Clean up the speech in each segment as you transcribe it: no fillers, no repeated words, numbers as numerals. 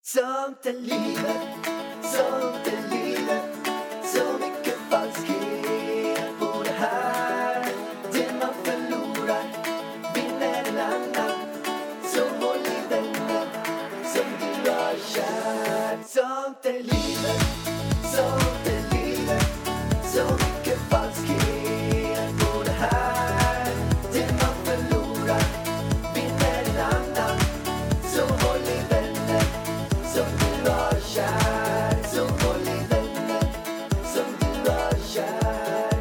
Sånt är livet, sånt är livet. Så mycket falskhet på det här. Det man förlorar vinner en annan. Så håll i vänner som du har kär. Sånt är livet, sånt är livet. Så mycket falskhet på det här. Det man förlorar vinner en annan. Så håll i vänner som du har kär. Så håll i vänner som du har kär.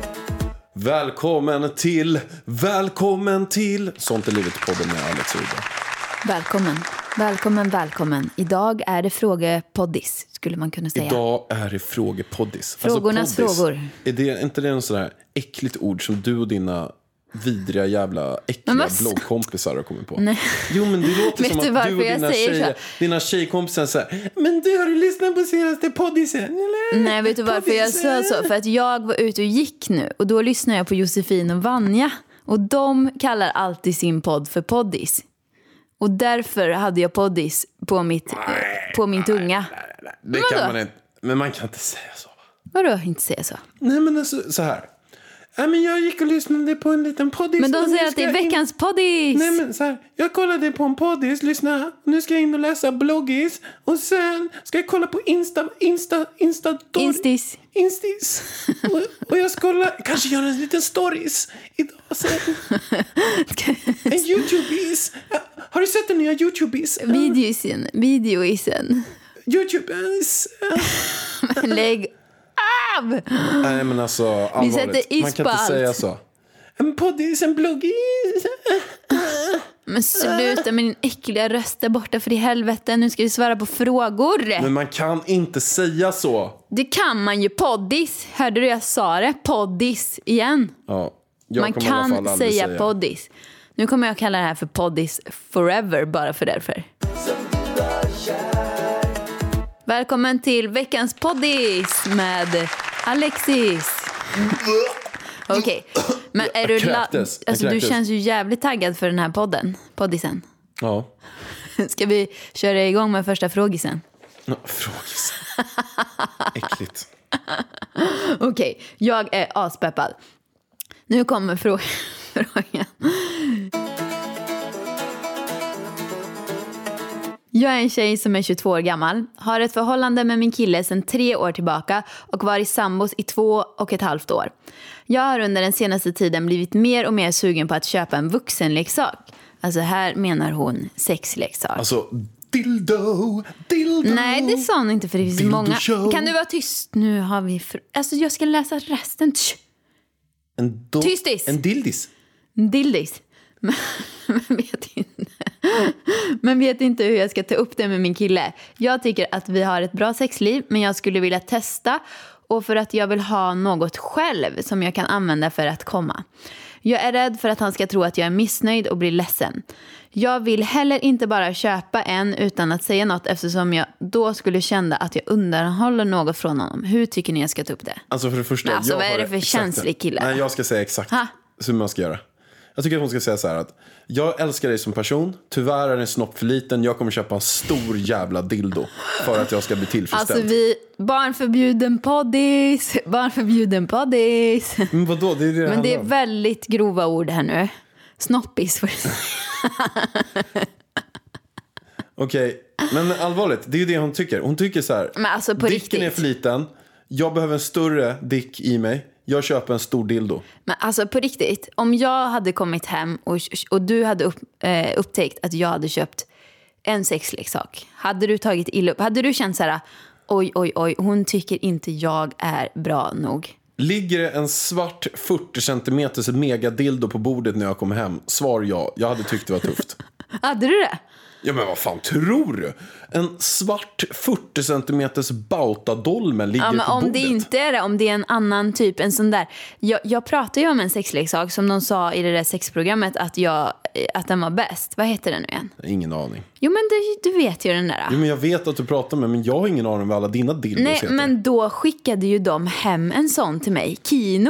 Välkommen till Sånt är livet-podden med Alex Uda. Välkommen. Idag är det frågepoddis, skulle man kunna säga. Idag är det frågepoddis. Frågornas frågor. Är det inte det något sådär äckligt ord som du och dina vidriga jävla äckliga bloggkompisar har kommit på? Nej. Jo, men det låter som att du och dina tjejkompisar säger: men du har ju lyssnat på senaste poddisen, eller? Nej, vet du varför jag sa så? För att jag var ute och gick nu. Och då lyssnade jag på Josefin och Vanja. Och de kallar alltid sin podd för poddis. Och därför hade jag poddis på min tunga. Nej. Det kan man inte. Men man kan inte säga så. Vadå inte säga så? Nej, men alltså, så här. Ja, men jag gick och lyssnade på en liten poddis. Men de säger att det är veckans poddis. Nej, men så här. Jag kollade på en poddis, lyssna. Nu ska jag in och läsa bloggis. Och sen ska jag kolla på Instis. och jag ska kanske göra en liten stories idag sen. En YouTubeis. Har du sett den nya YouTubeis? Videoisen. YouTubeis. Lägg av! Nej, men alltså, allvarligt. Man kan inte säga så. En poddis, en bloggis. Men sluta med din äckliga röst där borta, för i helvete. Nu ska vi svara på frågor. Men man kan inte säga så. Det kan man ju, poddis. Hörde du jag sa det? Poddis igen. Ja, man kan säga poddis. Nu kommer jag kalla det här för poddis forever, bara för därför. Välkommen till veckans poddis med Alexis. Okej, men är du alltså, du känns ju jävligt taggad för den här poddisen. Ja. Ska vi köra igång med första frågisen? Ja, frågisen. Äckligt. Okej, jag är aspeppad. Nu kommer frågan. Jag är en tjej som är 22 år gammal, har ett förhållande med min kille sedan 3 år tillbaka och varit sambos i 2,5 år. Jag har under den senaste tiden blivit mer och mer sugen på att köpa en vuxenleksak. Alltså här menar hon sexleksak. Alltså dildo. Nej, det sa hon inte, för det finns många. Kan du vara tyst? Nu har vi alltså jag ska läsa resten. Tystis. En dildis. Men vet inte hur jag ska ta upp det med min kille. Jag tycker att vi har ett bra sexliv, men jag skulle vilja testa. Och för att jag vill ha något själv som jag kan använda för att komma. Jag är rädd för att han ska tro att jag är missnöjd och blir ledsen. Jag vill heller inte bara köpa en utan att säga något, eftersom jag då skulle känna att jag undanhåller något från honom. Hur tycker ni jag ska ta upp det? Alltså för det första, alltså, vad är det för känslig kille? Nej, jag ska säga exakt hur man ska göra. Jag tycker att hon ska säga så här att jag älskar dig som person. Tyvärr är den snopp för liten. Jag kommer köpa en stor jävla dildo för att jag ska bli tillfredsställd. Alltså barnförbjuden poddis. Men vadå? Det är det. Men det är väldigt grova ord här nu. Snoppis. Okej, men allvarligt. Det är ju det hon tycker. Hon tycker så här. Men alltså på riktigt. Dicken är för liten. Jag behöver en större dick i mig. Jag köper en stor dildo. Men alltså på riktigt, om jag hade kommit hem och du hade upptäckt att jag hade köpt en sexleksak, hade du tagit illa upp? Hade du känt så här: oj, hon tycker inte jag är bra nog? Ligger det en svart 40 centimeters megadildo på bordet när jag kommer hem? Svar ja, jag hade tyckt det var tufft. Hade du det? Ja, men vad fan tror du? En svart 40 centimeters bautadolmen ligger på bordet. Ja, men om det inte är det, om det är en annan typ, en sån där. Jag pratade ju om en sexleksak som de sa i det där sexprogrammet att den var bäst. Vad heter den nu igen? Ingen aning. Jo, men du vet ju den där. Jo, men jag vet att du pratar med, men jag har ingen aning om vad alla dina dildos heter. Nej, men då skickade ju de hem en sån till mig. Kino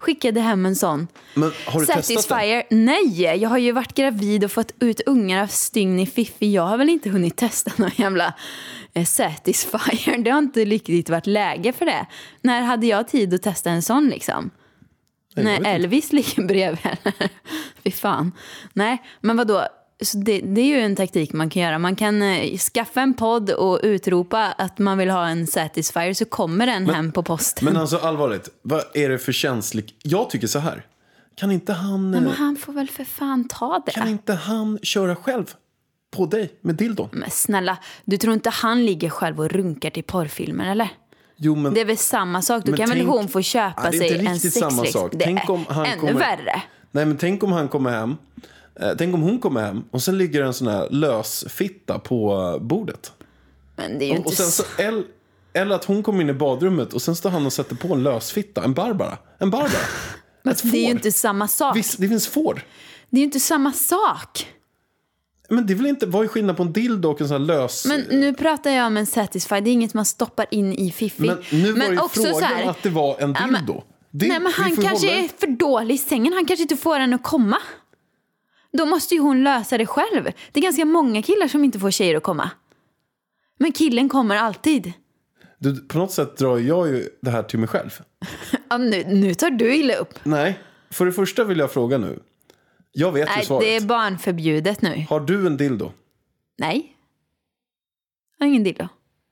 skickade hem en sån. Men har du testat Satisfyer. Nej, jag har ju varit gravid och fått ut ungar av stygn i Fiffi. Jag har väl inte hunnit testa någon jävla Satisfyer. Det har inte riktigt varit läge för det. När hade jag tid att testa en sån liksom? När Elvis ligger bredvid. Fy fan. Nej, men vadå? Så det är ju en taktik man kan göra. Man kan skaffa en podd och utropa att man vill ha en Satisfyer, så kommer den hem på posten. Men alltså allvarligt, vad är det för känsligt? Jag tycker så här. Kan inte han... Men han får väl för fan ta det. Kan inte han köra själv på dig med dildon? Men snälla, du tror inte han ligger själv och runkar till porrfilmer, eller? Jo, men... Det är väl samma sak. Då kan väl hon få köpa sig en sexlek. Samma sak. Det tänk om han ännu värre. Nej, men tänk om han kommer hem. Tänk om hon kommer hem och sen ligger en sån här lösfitta på bordet. Men det är ju inte och sen så eller att hon kommer in i badrummet och sen står han och sätter på en lösfitta. En Barbara. Men det är ju inte samma sak. Visst, det finns får. Det är ju inte samma sak. Men det är väl inte... Vad är skillnad på en dildo och en sån här lös... Men nu pratar jag om en Satisfy. Det är inget man stoppar in i Fiffi. Men nu var ju också frågan så här, att det var en dildo. Nej, men han kanske är för dålig i sängen. Han kanske inte får den att komma. Då måste ju hon lösa det själv. Det är ganska många killar som inte får tjejer att komma. Men killen kommer alltid. På något sätt drar jag ju det här till mig själv. Ja, nu tar du illa upp. Nej, för det första vill jag fråga nu. Jag vet ju svaret. Det är barnförbjudet nu. Har du en dildo? Nej. Jag har ingen dildo.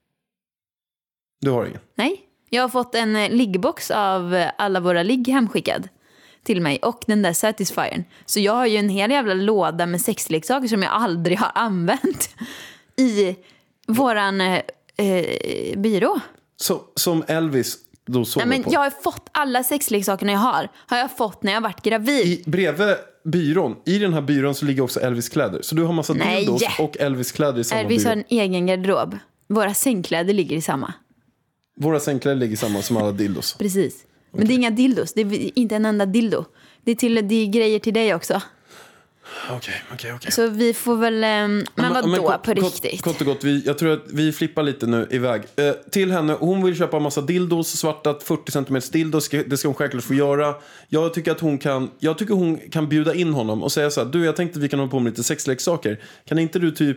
Du har ingen? Nej. Jag har fått en liggbox av alla våra ligg hemskickad till mig. Och den där Satisfyern. Så jag har ju en hel jävla låda med sexleksaker som jag aldrig har använt i våran byrå. Som Elvis då sover men på? Jag har fått alla sexleksakerna jag har jag fått när jag varit gravid. Bredvid byrån, i den här byrån så ligger också Elvis kläder. Så du har massa dildos och Elvis kläder i samma Elvis byrå. har en egen garderob. Våra sängkläder ligger i samma. Våra sängkläder ligger i samma som alla dildos. Precis. Men det är inga dildos. Det är inte en enda dildo. Det är grejer till dig också. Okej. Så vi får väl... Men vadå på riktigt? Kort och gott, jag tror att vi flippar lite nu iväg. Till henne, hon vill köpa en massa dildos, svarta 40 cm dildos. Det ska hon självklart få göra. Jag tycker hon kan bjuda in honom och säga så här: du, jag tänkte att vi kan hålla på med lite sexleksaker. Kan inte du typ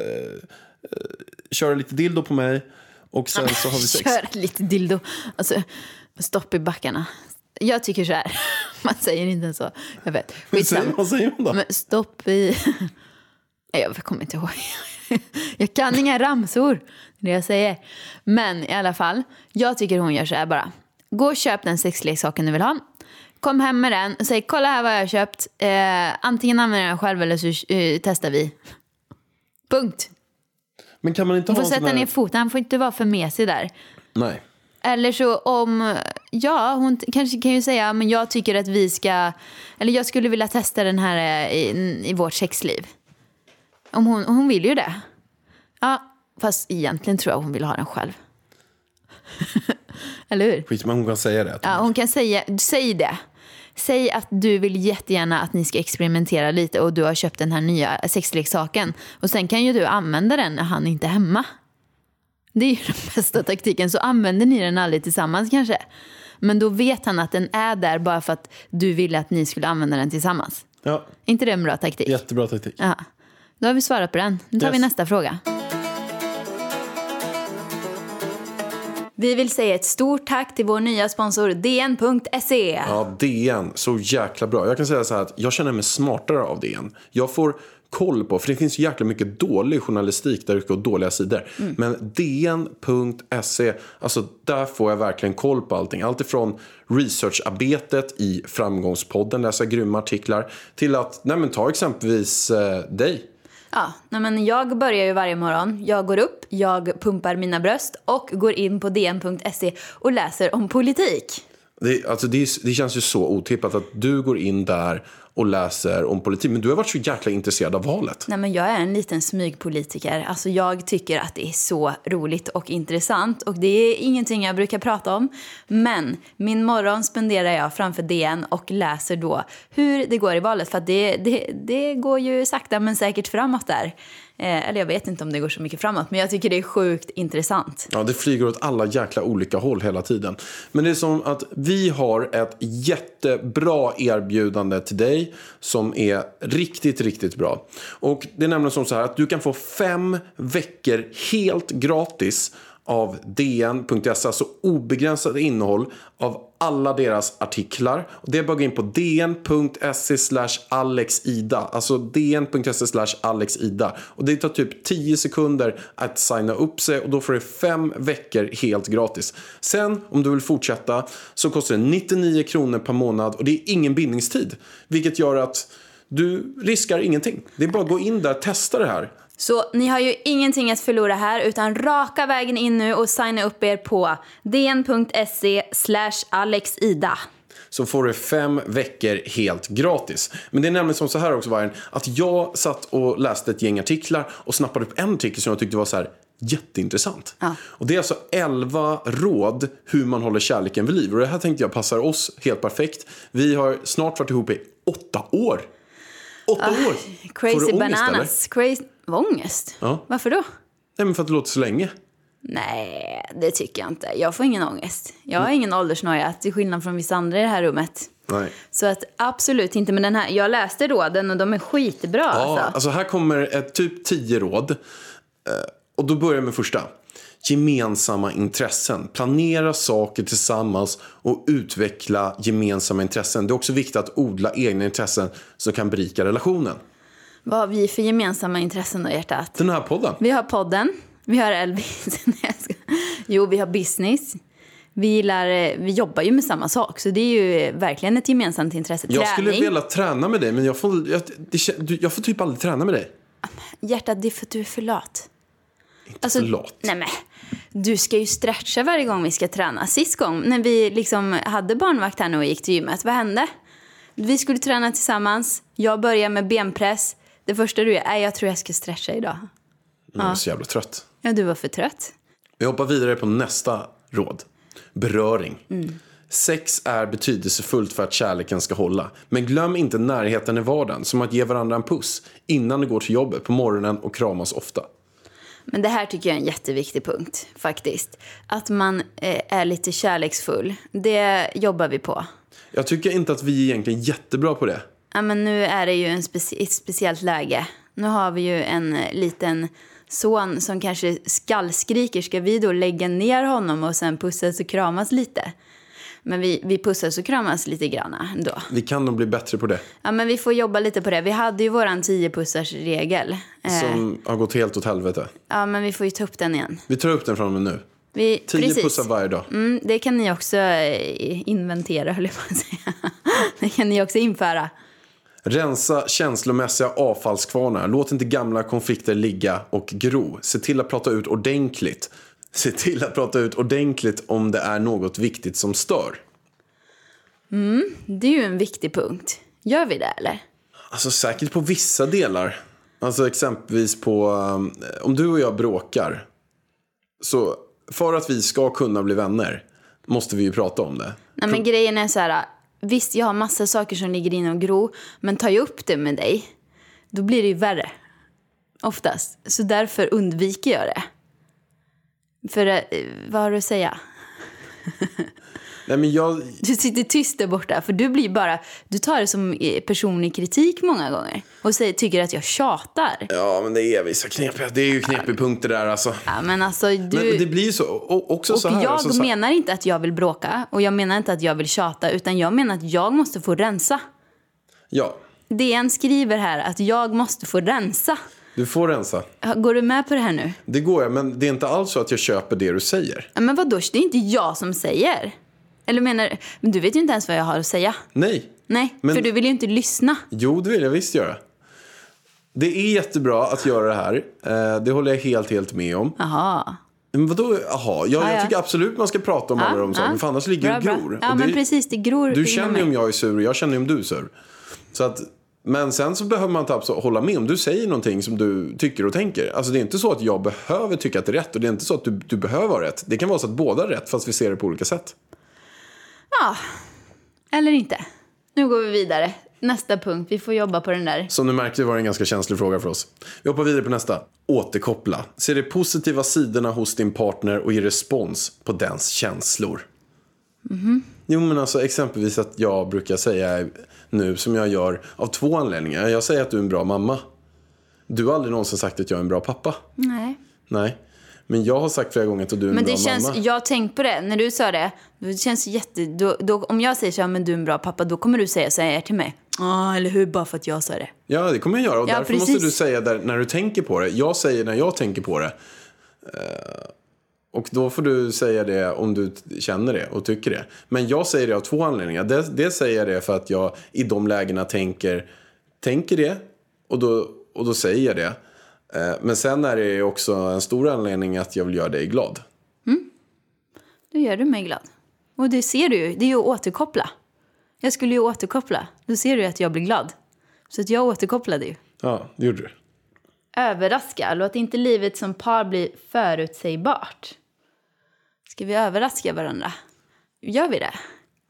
köra lite dildo på mig? Och sen så har vi sex. Köra lite dildo. Alltså, stopp i backarna. Jag tycker så här. Man säger inte så. Jag vet. Vad säger man då? Men stopp i... Jag kommer inte ihåg. Jag kan inga ramsor. Det jag säger. Men i alla fall. Jag tycker hon gör så här bara. Gå och köp den sexleksaken du vill ha. Kom hem med den. Och säg, kolla här vad jag har köpt. Antingen använder jag den själv eller så testar vi. Punkt. Men kan man inte ha en sån här... sätta ner foten. Han får inte vara för mesig där. Nej. Eller så om, hon kanske kan ju säga, men jag tycker att vi ska, eller jag skulle vilja testa den här i vårt sexliv. Om hon vill ju det. Ja, fast egentligen tror jag hon vill ha den själv. Eller hur? Skit, men hon kan säga det. Ja, hon kan säg det. Säg att du vill jättegärna att ni ska experimentera lite och du har köpt den här nya sexleksaken. Och sen kan ju du använda den när han inte är hemma. Det är ju den bästa taktiken. Så använder ni den aldrig tillsammans kanske. Men då vet han att den är där bara för att du ville att ni skulle använda den tillsammans. Ja. Inte det en bra taktik? Jättebra taktik. Ja. Då har vi svarat på den. Nu tar vi nästa fråga. Vi vill säga ett stort tack till vår nya sponsor DN.se. Ja, DN. Så jäkla bra. Jag kan säga så här att jag känner mig smartare av DN. Jag får koll på, för det finns jäkla mycket dålig journalistik där det går dåliga sidor. Men DN.se, alltså där får jag verkligen koll på allting. Allt ifrån researcharbetet i Framgångspodden, läsa grymma artiklar, till att, ta exempelvis dig. Ja, men jag börjar ju varje morgon. Jag går upp, jag pumpar mina bröst och går in på DN.se och läser om politik. Det känns ju så otippat att du går in där och läser om politik. Men du har varit så jäkla intresserad av valet. Nej, men jag är en liten smygpolitiker. Alltså jag tycker att det är så roligt och intressant. Och det är ingenting jag brukar prata om. Men min morgon spenderar jag framför DN och läser då hur det går i valet. För att det går ju sakta men säkert framåt där. Eller jag vet inte om det går så mycket framåt. Men jag tycker det är sjukt intressant. Ja, det flyger åt alla jäkla olika håll hela tiden. Men det är som att vi har ett jättebra erbjudande till dig som är riktigt, riktigt bra. Och det är nämligen som så här att du kan få 5 veckor helt gratis av DN.se, alltså obegränsat innehåll av alla deras artiklar. Och det är bara att gå in på dn.se/alexida, alltså dn.se/alexida. Och det tar typ 10 sekunder att signa upp sig och då får du 5 veckor helt gratis. Sen om du vill fortsätta så kostar det 99 kronor per månad och det är ingen bindningstid. Vilket gör att du riskar ingenting. Det är bara att gå in där och testa det här. Så ni har ju ingenting att förlora här utan raka vägen in nu och signa upp er på dn.se/alexida. Så får du 5 veckor helt gratis. Men det är nämligen som så här också, Vargen, att jag satt och läste ett gäng artiklar och snappade upp en artikel som jag tyckte var så här jätteintressant. Ja. Och det är alltså 11 råd hur man håller kärleken vid liv. Och det här tänkte jag passar oss helt perfekt. Vi har snart varit ihop i 8 år. 8 år! Crazy får du ångest, bananas. Crazy... Ångest? Ja. Varför då? Nej, men för att det låter så länge. Nej, det tycker jag inte. Jag får ingen ångest. Jag har ingen åldersnoja till skillnad från vissa andra i det här rummet. Nej. Så att absolut inte. Men den här, jag läste råden och de är skitbra. Ja, alltså här kommer typ 10 råd. Och då börjar jag med första. Gemensamma intressen. Planera saker tillsammans och utveckla gemensamma intressen. Det är också viktigt att odla egna intressen som kan berika relationen. Vad har vi för gemensamma intressen då, hjärtat? Den här podden. Vi har podden. Vi har Elvis. Jo, vi har business. Vi jobbar ju med samma sak. Så det är ju verkligen ett gemensamt intresse. Jag skulle vilja träna med dig. Men jag får typ aldrig träna med dig. Hjärtat, det är för att du är för lat. Inte för lat. Nej, men du ska ju stretcha varje gång vi ska träna. Sist gång när vi liksom hade barnvakt här nu och gick till gymmet. Vad hände? Vi skulle träna tillsammans. Jag börjar med benpress. Det första du är, jag tror jag ska stretcha idag. Jag var så jävla trött. Ja, du var för trött. Vi hoppar vidare på nästa råd. Beröring. Sex är betydelsefullt för att kärleken ska hålla. Men glöm inte närheten i vardagen. Som att ge varandra en puss innan du går till jobbet på morgonen och kramas ofta. Men det här tycker jag är en jätteviktig punkt faktiskt. Att man är lite kärleksfull. Det jobbar vi på. Jag tycker inte att vi är egentligen jättebra på det. Ja, men nu är det ju ett speciellt läge. Nu har vi ju en liten son som kanske skallskriker. Ska vi då lägga ner honom och sen pussas och kramas lite? Men vi pussas och kramas lite grann ändå. Vi kan nog bli bättre på det. Ja, men vi får jobba lite på det. Vi hade ju våran 10-pussars-regel. Som har gått helt åt helvete. Ja, men vi får ju ta upp den igen. Vi tar upp den från och med nu. 10 pussar varje dag. Det kan ni också inventera, höll jag på att säga. Det kan ni också införa. Rensa känslomässiga avfallskvarnar. Låt inte gamla konflikter ligga och gro. Se till att prata ut ordentligt. Se till att prata ut ordentligt om det är något viktigt som stör. Det är ju en viktig punkt. Gör vi det, eller? Alltså säkert på vissa delar. Alltså exempelvis på... om du och jag bråkar. Så för att vi ska kunna bli vänner måste vi ju prata om det. Nej, men grejen är så här... Visst, jag har massa saker som ligger inne och gro. Men tar jag upp det med dig, då blir det ju värre. Oftast. Så därför undviker jag det. För vad har du att säga? Nej, men Du sitter tyst där borta. För du tar det som personlig kritik många gånger. Och tycker att jag tjatar. Ja, men det är vissa knepiga. Det är ju knepiga punkter där alltså. Ja, men alltså men det blir ju så. Och så här. Jag menar inte att jag vill bråka. Och jag menar inte att jag vill tjata. Utan jag menar att jag måste få rensa. Ja. DN skriver här att jag måste få rensa. Du får rensa. Går du med på det här nu? Det går jag, men det är inte alls så att jag köper det du säger. Men vadå? Det är inte jag som säger. Eller men du vet ju inte ens vad jag har att säga. Nej, för du vill ju inte lyssna. Jo, det vill jag visst göra. Det är jättebra att göra det här. Det håller jag helt med om. Jaha. Men vadå? Jaha, jag tycker absolut man ska prata om alla de sakerna. För annars ligger det gror. Ja, men precis, det gror. Du känner ju om jag är sur och jag känner ju om du är sur. Så att, men sen så behöver man inte hålla med om du säger någonting som du tycker och tänker. Alltså det är inte så att jag behöver tycka att det är rätt. Och det är inte så att du behöver ha rätt. Det kan vara så att båda är rätt fast vi ser det på olika sätt. Ja, eller inte. Nu går vi vidare. Nästa punkt, vi får jobba på den där. Som du märkte var det en ganska känslig fråga för oss. Vi hoppar vidare på nästa. Återkoppla. Se de positiva sidorna hos din partner och ge respons på dens känslor. Jo men alltså exempelvis att jag brukar säga nu som jag gör av 2 anledningar. Jag säger att du är en bra mamma. Du har aldrig någonsin sagt att jag är en bra pappa. Nej. Men jag har sagt flera gånger att du är en bra mamma. Jag har tänkt på det, när du sa det. Det känns då, om jag säger så här, men du är en bra pappa, då kommer du säga så här till mig. Eller hur, bara för att jag sa det. Ja, det kommer jag göra. Och ja, därför precis. måste du säga när du tänker på det. Jag säger när jag tänker på det. Och då får du säga det om du känner det och tycker det. Men jag säger det av 2 anledningar. Det säger jag det för att jag i de lägena tänker det. Och då säger jag det. Men sen är det också en stor anledning att jag vill göra dig glad. Då gör du mig glad. Och det ser du ju. Det är ju att återkoppla. Jag skulle ju återkoppla. Då ser du att jag blir glad. Så att jag återkopplade ju. Ja, det gjorde du. Överraska. Låt inte livet som par bli förutsägbart. Ska vi överraska varandra? Gör vi det?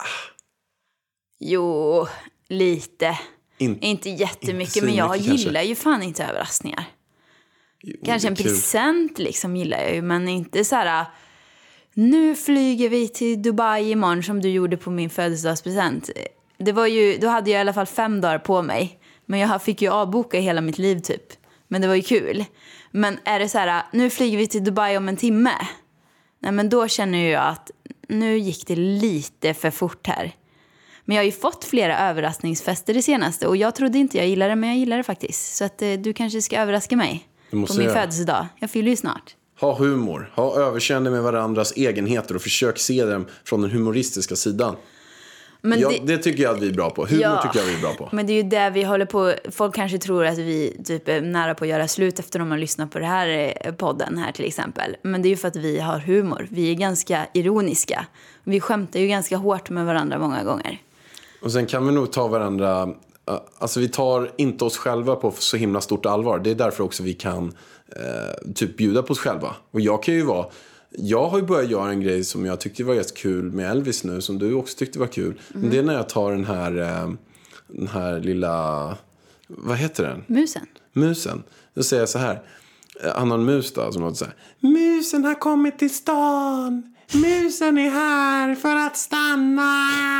Jo, lite. Inte jättemycket, men jag gillar ju fan inte överraskningar. Jo, kanske en present liksom gillar jag ju, men inte så här. Nu flyger vi till Dubai imorgon som du gjorde på min födelsedagspresent. Det var ju, då hade jag i alla fall 5 dagar på mig. Men jag fick ju avboka hela mitt liv typ. Men det var ju kul. Men är det så här, nu flyger vi till Dubai om en timme. Nej, men då känner jag att nu gick det lite för fort här. Men jag har ju fått flera överraskningsfester det senaste. Och jag trodde inte jag gillade det, men jag gillar det faktiskt. Så att du kanske ska överraska mig på min födelsedag. Jag fyller ju snart. Ha humor, ha överseende med varandras egenheter och försök se dem från den humoristiska sidan. Men det tycker jag att vi är bra på. Humor tycker jag vi är bra på. Men det är ju det vi håller på. Folk kanske tror att vi typ är nära på att göra slut efter att de har lyssnat på det här podden här till exempel. Men det är ju för att vi har humor. Vi är ganska ironiska. Vi skämtar ju ganska hårt med varandra många gånger. Och sen kan vi nog ta varandra. Alltså vi tar inte oss själva på så himla stort allvar. Det är därför också vi kan typ bjuda på oss själva. Och jag har ju börjat göra en grej som jag tyckte var jättekul med Elvis nu, som du också tyckte var kul. Men det är när jag tar den här lilla, vad heter den? Musen. Då säger jag så här. Han har en mus då som låter så här. Musen har kommit till stan. Musen är här för att stanna.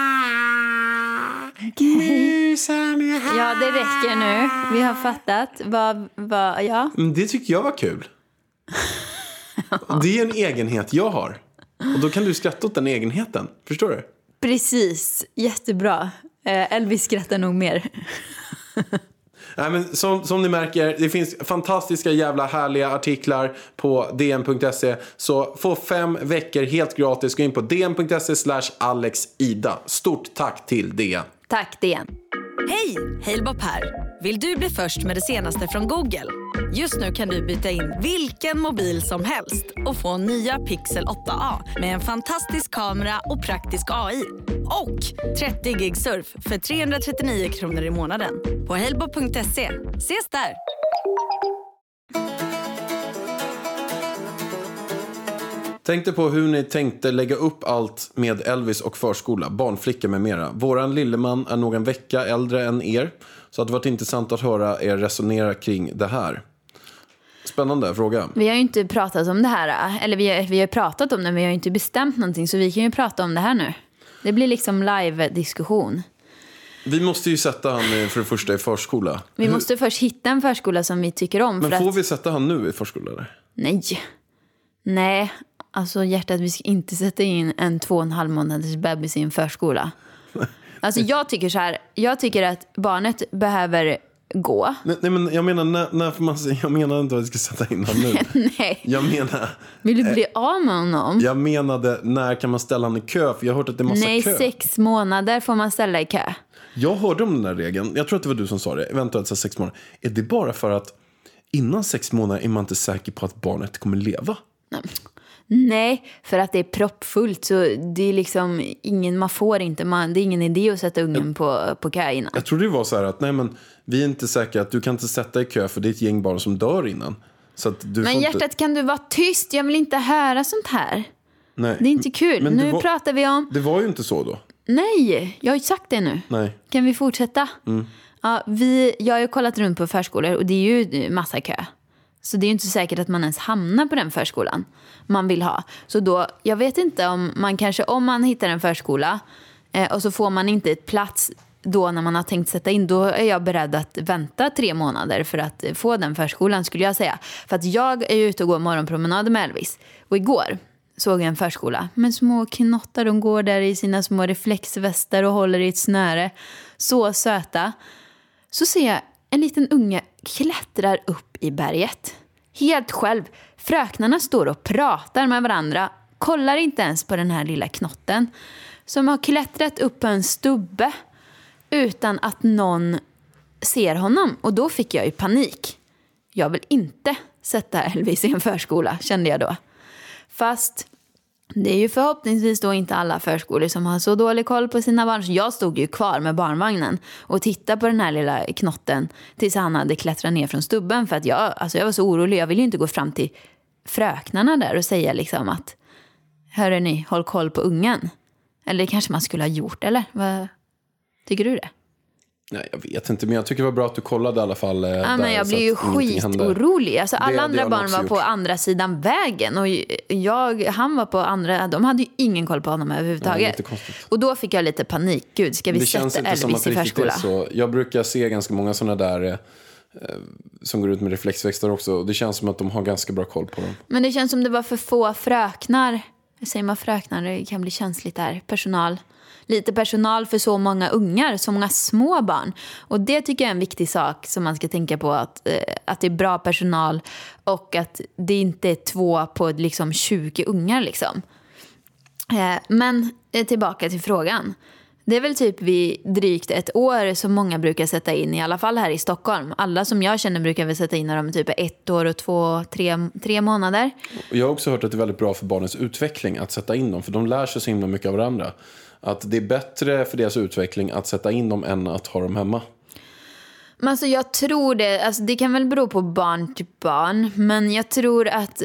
Okay. Musen är här. Ja, det räcker nu. Vi har fattat. Ja. Det tycker jag var kul. Det är en egenhet jag har. Och då kan du skratta åt den egenheten. Förstår du? Precis. Jättebra. Elvis skrattar nog mer. Nej, men som ni märker, det finns fantastiska jävla härliga artiklar på dn.se. Så få 5 veckor helt gratis. Gå in på dn.se/alexida. Stort tack till DN. Tack DN. Hej, Halebop här. Vill du bli först med det senaste från Google? Just nu kan du byta in vilken mobil som helst och få nya Pixel 8a med en fantastisk kamera och praktisk AI. Och 30 gig surf för 339 kronor i månaden på halebop.se. Ses där! Tänkte på hur ni tänkte lägga upp allt med Elvis och förskola, barnflicka med mera. Våran lilleman är någon vecka äldre än er, så det har varit intressant att höra er resonera kring det här. Spännande fråga. Vi har ju inte pratat om det här, eller vi har pratat om det, men vi har ju inte bestämt någonting, så vi kan ju prata om det här nu. Det blir liksom live-diskussion. Vi måste ju sätta han för det första i förskola. Vi måste först hitta en förskola som vi tycker om. Men får vi sätta han nu i förskola eller? Nej, alltså hjärtat, vi ska inte sätta in en 2,5 månaders bebis i en förskola. Alltså jag tycker så här, jag tycker att barnet behöver gå. Nej, men jag menar när får man säga, jag menar inte att vi ska sätta in honom nu. Nej. Jag menar, vill du bli av med honom? Jag menade, när kan man ställa honom i kö? För jag har hört att det är massa kö. 6 månader får man ställa i kö. Jag hörde om den där regeln. Jag tror att det var du som sa det. Eventuellt så 6 månader. Är det bara för att innan 6 månader är man inte säker på att barnet kommer leva? Nej, för att det är proppfullt så det är liksom man får inte, det är ingen idé att sätta ungen på kö innan. Jag tror det var så här att nej men vi är inte säkra att du kan inte sätta i kö för det är ett gäng barn som dör innan. Så att du men hjärtat inte... kan du vara tyst? Jag vill inte höra sånt här. Nej. Det är inte kul. Men nu pratar vi om... Det var ju inte så då. Nej, jag har ju sagt det nu. Nej. Kan vi fortsätta? Ja, jag har ju kollat runt på förskolor och det är ju massa kö. Så det är ju inte säkert att man ens hamnar på den förskolan man vill ha. Så då, jag vet inte om man hittar en förskola och så får man inte ett plats då när man har tänkt sätta in, då är jag beredd att vänta 3 månader för att få den förskolan skulle jag säga. För att jag är ute och går morgonpromenader med Elvis. Och igår såg jag en förskola med små knottar. De går där i sina små reflexvästar och håller i ett snöre. Så söta. Så ser jag en liten unge klättrar upp i berget. Helt själv. Fröknarna står och pratar med varandra. Kollar inte ens på den här lilla knotten. Som har klättrat upp på en stubbe. Utan att någon ser honom. Och då fick jag ju panik. Jag vill inte sätta Elvis i en förskola, kände jag då. Fast det är ju förhoppningsvis då inte alla förskolor som har så dålig koll på sina barn. Så jag stod ju kvar med barnvagnen och tittade på den här lilla knotten tills han hade klättrat ner från stubben. För att jag var så orolig. Jag ville ju inte gå fram till fröknarna där och säga liksom att hörru ni, håll koll på ungen. Eller det kanske man skulle ha gjort, eller? Vad tycker du det? Nej, jag vet inte, men jag tycker det var bra att du kollade i alla fall. Ja, men jag blir ju skitorolig. Alltså, alla andra barn var på andra sidan vägen. Och han var på andra. De hade ju ingen koll på honom överhuvudtaget. Nej, och då fick jag lite panik. Gud, ska vi sätta Elvis i förskola? Så. Jag brukar se ganska många sådana där som går ut med reflexväxter också. Det känns som att de har ganska bra koll på dem. Men det känns som det var för få fröknar. Jag säger man fröknar, det kan bli känsligt där. Lite personal för så många ungar, så många små barn. Och det tycker jag är en viktig sak som man ska tänka på. Att det är bra personal och att det inte är 2 på liksom 20 ungar. Liksom. Men tillbaka till frågan. Det är väl typ vid drygt 1 år som många brukar sätta in, i alla fall här i Stockholm. Alla som jag känner brukar väl sätta in när de är typ 1 år och 2-3 månader. Jag har också hört att det är väldigt bra för barnens utveckling att sätta in dem. För de lär sig så himla mycket av varandra. Att det är bättre för deras utveckling att sätta in dem än att ha dem hemma. Men alltså jag tror det, alltså det kan väl bero på barn till barn. Men jag tror att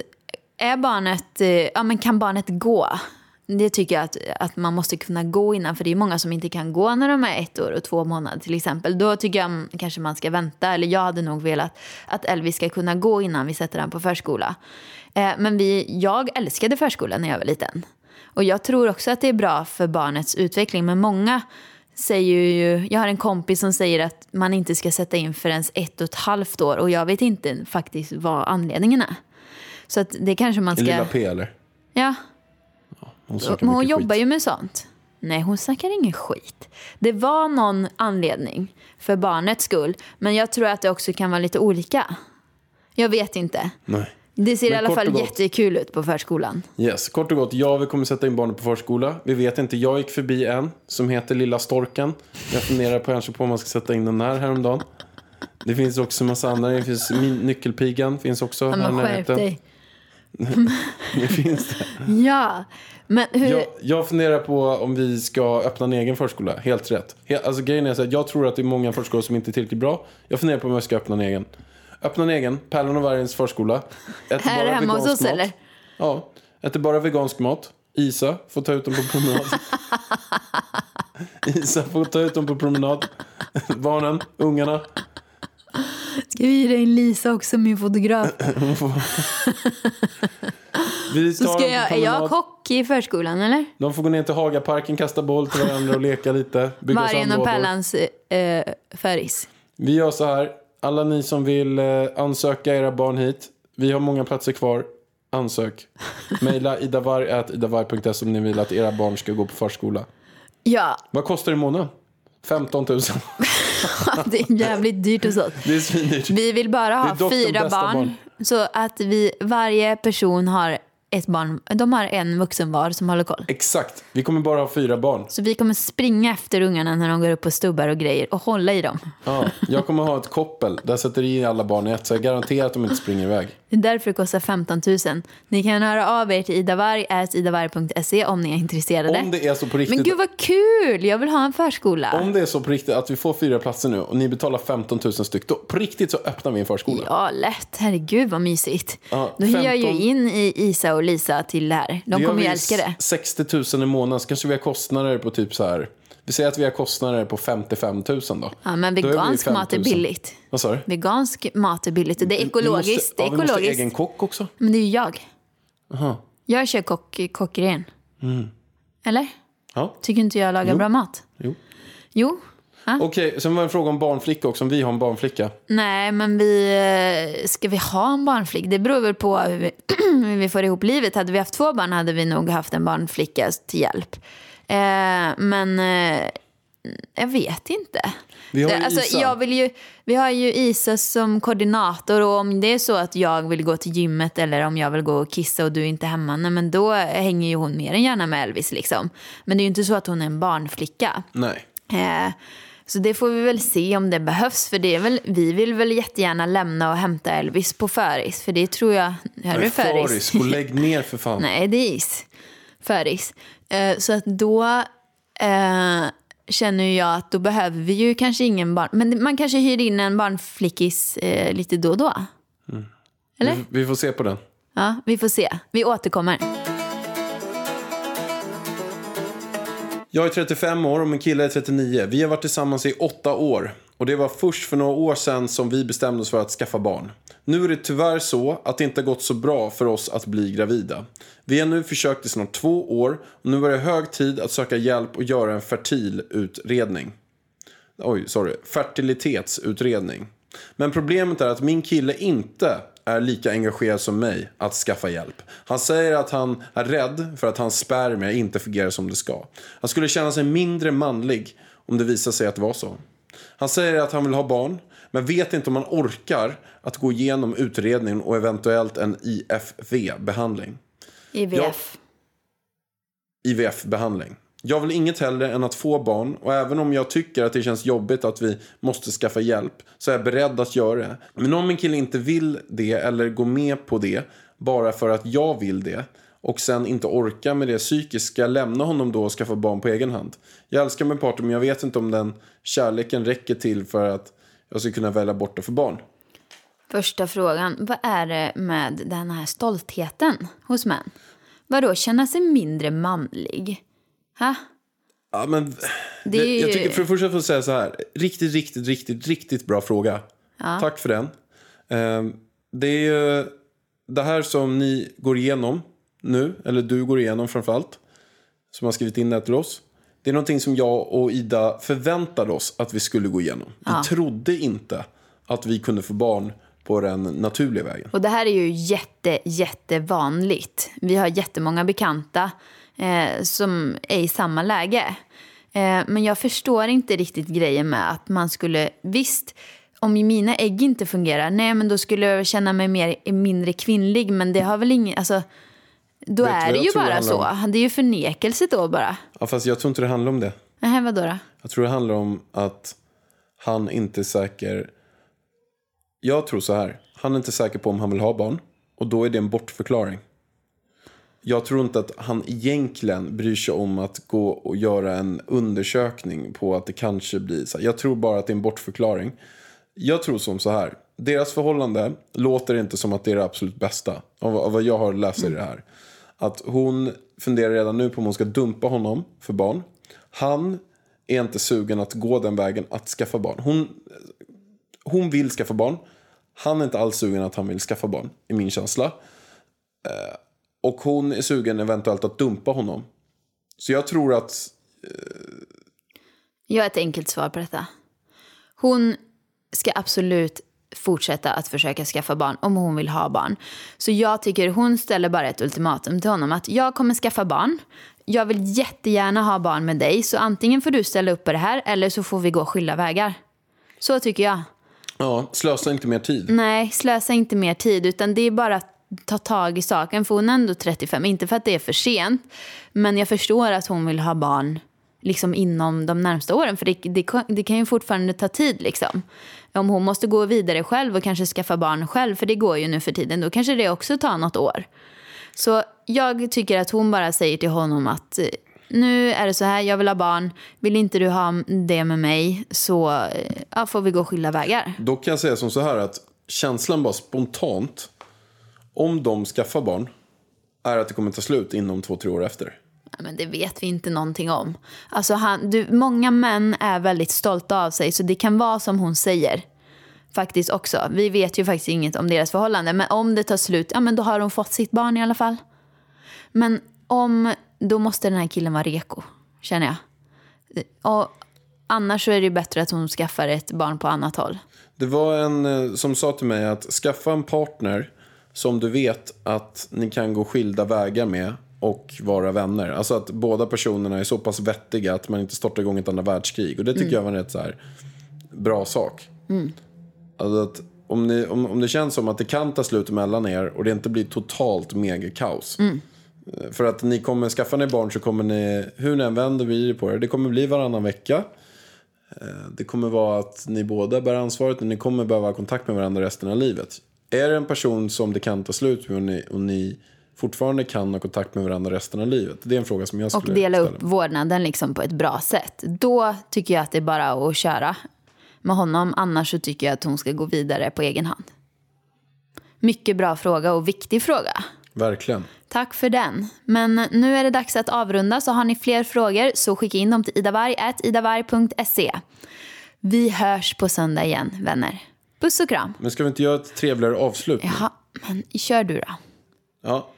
kan barnet gå? Det tycker jag att man måste kunna gå innan. För det är många som inte kan gå när de är 1 år och 2 månader till exempel. Då tycker jag kanske man ska vänta. Eller jag hade nog velat att Elvis ska kunna gå innan vi sätter den på förskola. Men jag älskade förskolan när jag var liten. Och jag tror också att det är bra för barnets utveckling. Men många säger ju... Jag har en kompis som säger att man inte ska sätta in förrän 1,5 år. Och jag vet inte faktiskt vad anledningen är. Så att det kanske man ska... Lilla P eller? Ja. Hon jobbar skit. ju med sånt. Nej, hon snackar ingen skit. Det var någon anledning för barnets skull. Men jag tror att det också kan vara lite olika. Jag vet inte. Nej. Det ser i alla fall jättekul ut på förskolan. Yes, kort och gott. Vi kommer sätta in barnen på förskola. Vi vet inte. Jag gick förbi en som heter Lilla Storken. Jag funderar på om man ska sätta in den häromdagen. Det finns också en massa andra. Det finns Nyckelpigan. Finns också. Ja, men skärp dig. Det finns det. Ja, men hur... Jag funderar på om vi ska öppna en egen förskola. Helt rätt. Alltså grejen är så att jag tror att det är många förskolor som inte är tillräckligt bra. Jag funderar på om jag ska öppna en egen. Öppna en egen, Pärlan och Vargens förskola. Här är hemma hos oss, eller? Ja, äter bara vegansk mat. Isa får ta ut dem på promenad. Isa får ta ut dem på promenad. Barnen, ungarna. Ska vi ge in Lisa också, min fotograf? Är jag kock i förskolan, eller? De får gå ner till Hagaparken, kasta boll till varandra och leka lite. Vargen och Pärlans föris. Vi gör så här. Alla ni som vill ansöka era barn hit. Vi har många platser kvar. Ansök. Maila idavar@idavar.se om ni vill att era barn ska gå på förskola. Ja. Vad kostar det i månaden? 15 000. Det är jävligt dyrt och så. Det är svindyrt. Vi vill bara ha 4 barn. Så att varje person har ett barn. De har en vuxen var som håller koll. Exakt. Vi kommer bara ha 4 barn. Så vi kommer springa efter ungarna när de går upp på stubbar och grejer och hålla i dem. Ja, jag kommer ha ett koppel. Där sätter i alla barn i ett. Så jag garanterar att de inte springer iväg. Det är därför det kostar 15 000. Ni kan höra av er till idavarg@idavarg.se om ni är intresserade. Om det är så på riktigt. Men gud vad kul, jag vill ha en förskola. Om det är så på riktigt att vi får 4 platser nu och ni betalar 15 000 styck, då på riktigt så öppnar vi en förskola. Ja, lätt. Herregud vad mysigt. Ja, Då hyr jag ju in i Isa och Lisa till det här. De kommer ju älska det. 60 000 i månaden, så kanske vi har kostnader på typ så här. Vi säger att vi har kostnader på 55 000 då. Ja, men vegansk mat är billigt. Vad sa du? Vegansk mat är billigt och det är ekologiskt. Vi måste ha egen kock också. Men det är ju jag. Aha. Jag kör kockgrejen. Eller? Ja. Tycker inte jag lagar bra mat? Jo. Okej, sen var det en fråga om barnflicka också, om vi har en barnflicka. Nej, men ska vi ha en barnflicka? Det beror väl på hur vi får ihop livet. Hade vi haft 2 barn hade vi nog haft en barnflicka till hjälp. Men jag vet inte. Vi har Isa. Vi har ju Isa som koordinator, och om det är så att jag vill gå till gymmet eller om jag vill gå och kissa och du är inte hemma, men då hänger ju hon mer än gärna med Elvis liksom. Men det är ju inte så att hon är en barnflicka. Nej. Så det får vi väl se om det behövs, för det är väl, vi vill väl jättegärna lämna och hämta Elvis på föris, för det tror jag, föris, och lägg ner för fan. Nej, det är föris. Så att då känner jag att då behöver vi ju kanske ingen barn, men man kanske hyr in en barnflickis lite då och då. Eller? Vi får se på den. Ja, vi får se. Vi återkommer. Jag är 35 år och min kille är 39. Vi har varit tillsammans i 8 år. Och det var först för några år sedan som vi bestämde oss för att skaffa barn. Nu är det tyvärr så att det inte har gått så bra för oss att bli gravida. Vi har nu försökt i snart 2 år och nu är det hög tid att söka hjälp och göra en fertilitetsutredning. Men problemet är att min kille inte är lika engagerad som mig att skaffa hjälp. Han säger att han är rädd för att hans spermier inte fungerar som det ska. Han skulle känna sig mindre manlig om det visar sig att det var så. Han säger att han vill ha barn, men vet inte om han orkar att gå igenom utredningen och eventuellt en IVF-behandling. IVF-behandling. Jag vill inget hellre än att få barn, och även om jag tycker att det känns jobbigt att vi måste skaffa hjälp så är jag beredd att göra det. Men om min kille inte vill det eller går med på det bara för att jag vill det och sen inte orkar med det psykiska, lämna honom då och skaffa barn på egen hand. Jag älskar min partner, men jag vet inte om den kärleken räcker till för att jag ska kunna välja bort det för barn. Första frågan, vad är det med den här stoltheten hos män? Vadå, känna sig mindre manlig? Ha? Ja, men jag tycker för det första får jag säga så här. Riktigt bra fråga. Ja. Tack för den. Det är ju det här som ni går igenom nu, eller du går igenom framförallt, som har skrivit in det till oss. Det är någonting som jag och Ida förväntade oss att vi skulle gå igenom. Vi trodde inte att vi kunde få barn på den naturliga vägen. Och det här är ju jättevanligt. Vi har jättemånga bekanta som är i samma läge. Men jag förstår inte riktigt grejen med att man skulle, visst, om mina ägg inte fungerar, nej, men då skulle jag känna mig mindre kvinnlig, men det har väl ingen, alltså, då är det ju bara så. Det är ju förnekelse då bara. Ja, fast jag tror inte det handlar om det. Nej, vadå då? Jag tror det handlar om att han inte är säker. Jag tror så här. Han är inte säker på om han vill ha barn, och då är det en bortförklaring. Jag tror inte att han egentligen bryr sig om att gå och göra en undersökning på att det kanske blir så. Jag tror bara att det är en bortförklaring. Jag tror som så här. Deras förhållande låter inte som att det är det absolut bästa av vad jag har läst i det här. Att hon funderar redan nu på om hon ska dumpa honom för barn. Han är inte sugen att gå den vägen att skaffa barn. Hon vill skaffa barn. Han är inte alls sugen att han vill skaffa barn, i min känsla. Och hon är sugen eventuellt att dumpa honom. Så jag tror att... Jag har ett enkelt svar på detta. Hon ska absolut fortsätta att försöka skaffa barn om hon vill ha barn. Så jag tycker hon ställer bara ett ultimatum till honom. Att jag kommer skaffa barn. Jag vill jättegärna ha barn med dig. Så antingen får du ställa upp på det här, eller så får vi gå skilda vägar. Så tycker jag. Ja, slösa inte mer tid. Nej, slösa inte mer tid. Utan det är bara att ta tag i saken. För hon är ändå 35. Inte för att det är för sent. Men jag förstår att hon vill ha barn liksom inom de närmsta åren. För det kan ju fortfarande ta tid liksom. Om hon måste gå vidare själv och kanske skaffa barn själv, för det går ju nu för tiden, då kanske det också tar något år. Så jag tycker att hon bara säger till honom att nu är det så här, jag vill ha barn, vill inte du ha det med mig, så får vi gå skilda vägar. Då kan jag säga som så här att känslan bara spontant, om de skaffar barn, är att det kommer ta slut inom 2-3 år efter. Men det vet vi inte någonting om. Alltså många män är väldigt stolta av sig, så det kan vara som hon säger faktiskt också. Vi vet ju faktiskt inget om deras förhållande, men om det tar slut, men då har de fått sitt barn i alla fall. Men då måste den här killen vara reko, känner jag. Och annars så är det bättre att hon skaffar ett barn på annat håll. Det var en som sa till mig att skaffa en partner som du vet att ni kan gå skilda vägar med och vara vänner. Alltså att båda personerna är så pass vettiga att man inte startar igång ett annat världskrig. Och det tycker jag var en rätt så här bra sak. Alltså att om det känns som att det kan ta slut mellan er och det inte blir totalt mega kaos. För att ni kommer skaffa ni barn, så kommer ni, hur ni än vänder blir på det kommer bli varannan vecka. Det kommer vara att ni båda bär ansvaret, och ni kommer behöva ha kontakt med varandra resten av livet. Är det en person som det kan ta slut med och ni fortfarande kan ha kontakt med varandra resten av livet? Det är en fråga som jag skulle ställa. Och dela upp ställa. vårdnaden liksom på ett bra sätt. Då tycker jag att det är bara att köra med honom. Annars så tycker jag att hon ska gå vidare på egen hand. Mycket bra fråga och viktig fråga. Verkligen. Tack för den. Men nu är det dags att avrunda, så har ni fler frågor så skicka in dem till idavarg@idavarg.se. Vi hörs på söndag igen, vänner. Puss och kram. Men ska vi inte göra ett trevligare avslut nu? Jaha, men kör du då. Ja.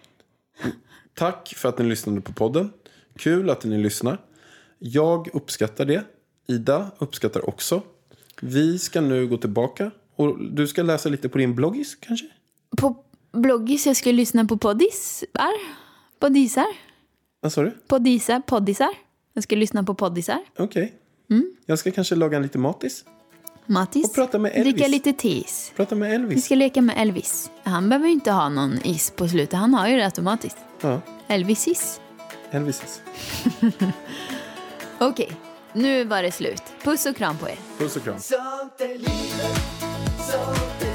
Tack för att ni lyssnade på podden. Kul att ni lyssnar. Jag uppskattar det. Ida uppskattar också. Vi ska nu gå tillbaka. Och du ska läsa lite på din bloggis kanske? På bloggis, jag ska lyssna på poddisar. Vad sa du? Poddisar. Jag ska lyssna på poddisar. Okej. Jag ska kanske laga en lite matis. Matis. Och prata med Elvis. Dricka lite tees. Prata med Vi Elvis. ska leka med Elvis. Han behöver ju inte ha någon is på slutet. Han har ju det automatiskt. Ja, Elvis-is. Elvis. Okej, nu var det slut. Puss och kram på er. Puss och kram. Sånt är livet, sånt är